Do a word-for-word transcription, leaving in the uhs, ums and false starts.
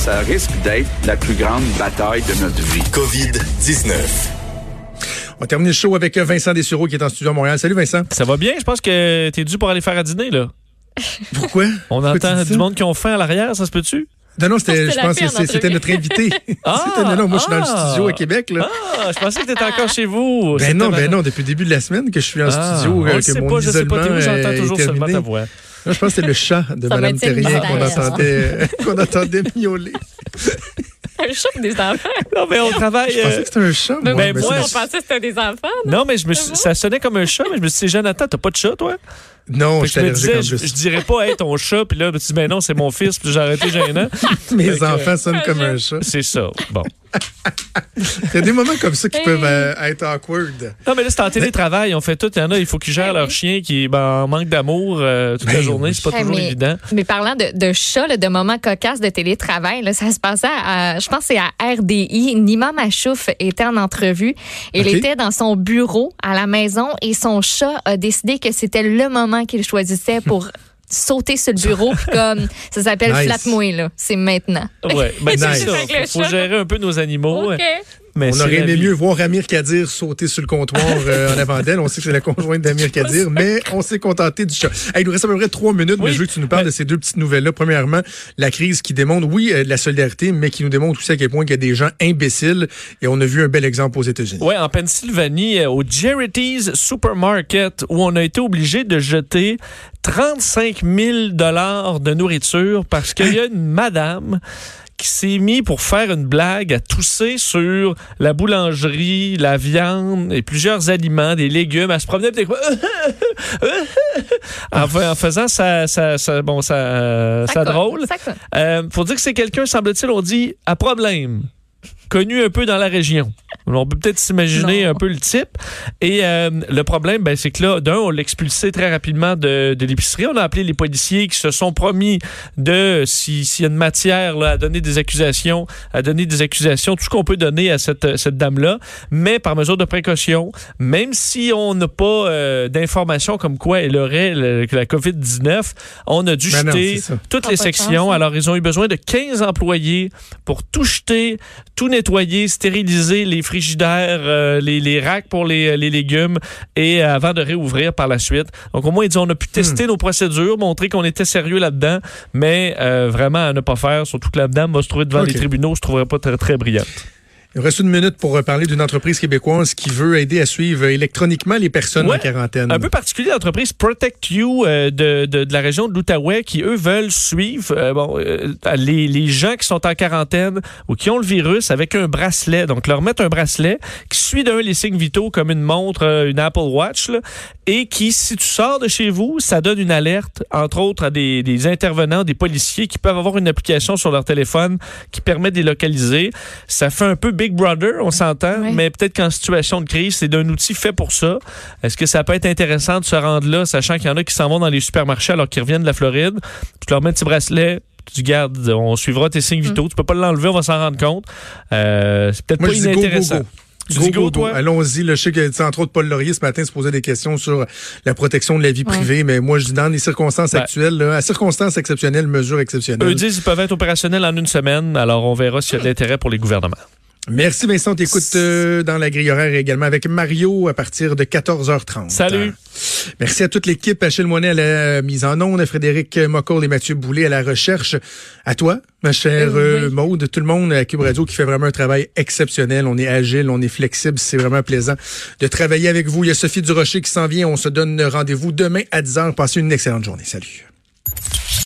ça risque d'être la plus grande bataille de notre vie. covid dix-neuf. On va terminer le show avec Vincent Dessureau qui est en studio à Montréal. Salut Vincent. Ça va bien? Je pense que t'es dû pour aller faire à dîner, là. Pourquoi? On Pourquoi entend du monde qui ont faim à l'arrière, ça se peut-tu? Non, non, c'était, c'était je pense que c'était, c'était notre invité. Ah, c'était, non, non, moi, je suis dans le ah. studio à Québec, là. Ah, je pensais que t'étais encore chez vous. Ben C'était non, ma- ben non, depuis le début de la semaine que je suis en Ah, studio, on euh, le que sait mon pas, je sais isolement pas, Théo, j'entends euh, toujours est seulement terminé. ta voix. Non, je pense que c'était le chat de Ça Mme va être Terrien qu'on mystère. entendait, qu'on entendait miauler. Un chat pour des enfants. Non, mais on travaille... Je pensais euh, que c'était un chat, Ben, moi. ben, Ben, moi, c'est- on pensait que c'était des enfants. Non? Non, mais je me suis- ça sonnait comme un chat, mais je me suis dit, Jonathan, t'as pas de chat, toi? Non, Fait je que je me suis allergique en disais, je, plus. je dirais pas, hey, ton chat, puis là, je me suis dit, ben non, c'est mon fils, puis j'ai arrêté gênant. Mes Fait que- enfants sonnent comme un chat. C'est ça. Bon. Il y a des moments comme ça qui Hey. peuvent euh, être awkward. Non, mais là, c'est en télétravail. On fait tout. Il y en a, il faut qu'ils gèrent leur chien qui est ben, en manque d'amour euh, toute la Ben journée. oui. C'est pas Hey, toujours mais- évident. Mais parlant de, de chat, là, de moments cocasses de télétravail, là, ça se passait à, je pense que c'est à R D I. Nima Machouf était en entrevue. Il OK. était dans son bureau à la maison et son chat a décidé que c'était le moment qu'il choisissait pour sauter sur le bureau. Puis comme ça s'appelle Nice. flatte-moi, là. C'est maintenant. Ouais, ben, c'est Nice. ça. Avec le Faut, faut chat. gérer un peu nos animaux. OK. Mais On c'est aurait la aimé vie. mieux voir Amir Kadir sauter sur le comptoir euh, en avant d'elle. On sait que c'est la conjointe d'Amir Kadir, mais on s'est contenté du chat. Hey, il nous reste à peu près trois minutes, mais Oui. je veux que tu nous parles Ben- de ces deux petites nouvelles-là. Premièrement, la crise qui démontre, oui, euh, de la solidarité, mais qui nous démontre aussi à quel point il y a des gens imbéciles. Et on a vu un bel exemple aux États-Unis. Ouais, en Pennsylvanie, euh, au Charities Supermarket, où on a été obligé de jeter trente-cinq mille dollars de nourriture parce qu'il y a une madame qui s'est mis pour faire une blague à tousser sur la boulangerie, la viande et plusieurs aliments, des légumes. Elle se promenait peut-être quoi en, fa- en faisant sa, sa, sa- bon, sa, sa colle, drôle. ça colle. Euh, faut dire que c'est quelqu'un, semble-t-il, on dit, à problème. Connu un peu dans la région. On peut peut-être s'imaginer Non. un peu le type. Et euh, le problème, ben, c'est que là, d'un, on l'a expulsé très rapidement de, de l'épicerie. On a appelé les policiers qui se sont promis de, si- s'il y a une matière là, à donner des accusations, à donner des accusations, tout ce qu'on peut donner à cette, cette dame-là. Mais par mesure de précaution, même si on n'a pas euh, d'informations comme quoi elle aurait le- la covid dix-neuf, on a dû Ben non, jeter c'est ça. toutes Ah, les pas de sections. chance, hein. Alors, ils ont eu besoin de quinze employés pour tout jeter, tout nettoyer, stériliser les frigidaires, euh, les, les racks pour les, les légumes et euh, avant de réouvrir par la suite. Donc, au moins, ils disent, on a pu tester nos procédures, montrer qu'on était sérieux là-dedans, mais euh, vraiment à ne pas faire, surtout que la dame va se trouver devant OK. les tribunaux, je ne trouverais pas très, très brillante. Il nous reste une minute pour euh, parler d'une entreprise québécoise qui veut aider à suivre électroniquement les personnes Ouais. en quarantaine. Un peu particulier, l'entreprise Protect You euh, de, de, de la région de l'Outaouais qui, eux, veulent suivre euh, bon, euh, les, les gens qui sont en quarantaine ou qui ont le virus avec un bracelet. Donc, leur mettre un bracelet qui suit d'un les signes vitaux comme une montre, euh, une Apple Watch, là, et qui, si tu sors de chez vous, ça donne une alerte, entre autres, à des, des intervenants, des policiers qui peuvent avoir une application sur leur téléphone qui permet de les localiser. Ça fait un peu Big Brother, on s'entend, Oui. mais peut-être qu'en situation de crise, c'est d'un outil fait pour ça. Est-ce que ça peut être intéressant de se rendre là, sachant qu'il y en a qui s'en vont dans les supermarchés alors qu'ils reviennent de la Floride? Tu leur mets un petit bracelet, tu gardes, on suivra tes signes vitaux. Tu peux pas l'enlever, on va s'en rendre compte. Euh, c'est peut-être Moi, pas je dis go, go, inintéressant. go. Tu Go, dis go, go, go. toi? Allons-y. Là, je sais que, tu sais, entre autres, Paul Laurier, ce matin, se posait des questions sur la protection de la vie Ouais. privée, mais moi, je dis dans les circonstances Ben. actuelles, là, à circonstances exceptionnelles, mesures exceptionnelles. Eux disent qu'ils peuvent être opérationnels en une semaine, alors on verra s'il y a de l'intérêt pour les gouvernements. Merci Vincent, t'écoutes euh, dans la grille horaire également avec Mario à partir de quatorze heures trente. Salut. Merci à toute l'équipe, Achille Moinet à la mise en onde, Frédéric Mocoll et Mathieu Boulay à la recherche. À toi, ma chère Euh, euh, oui. Maude, tout le monde à Cube Radio qui fait vraiment un travail exceptionnel. On est agile, on est flexible, c'est vraiment plaisant de travailler avec vous. Il y a Sophie Durocher qui s'en vient, on se donne rendez-vous demain à dix heures. Passez une excellente journée. Salut.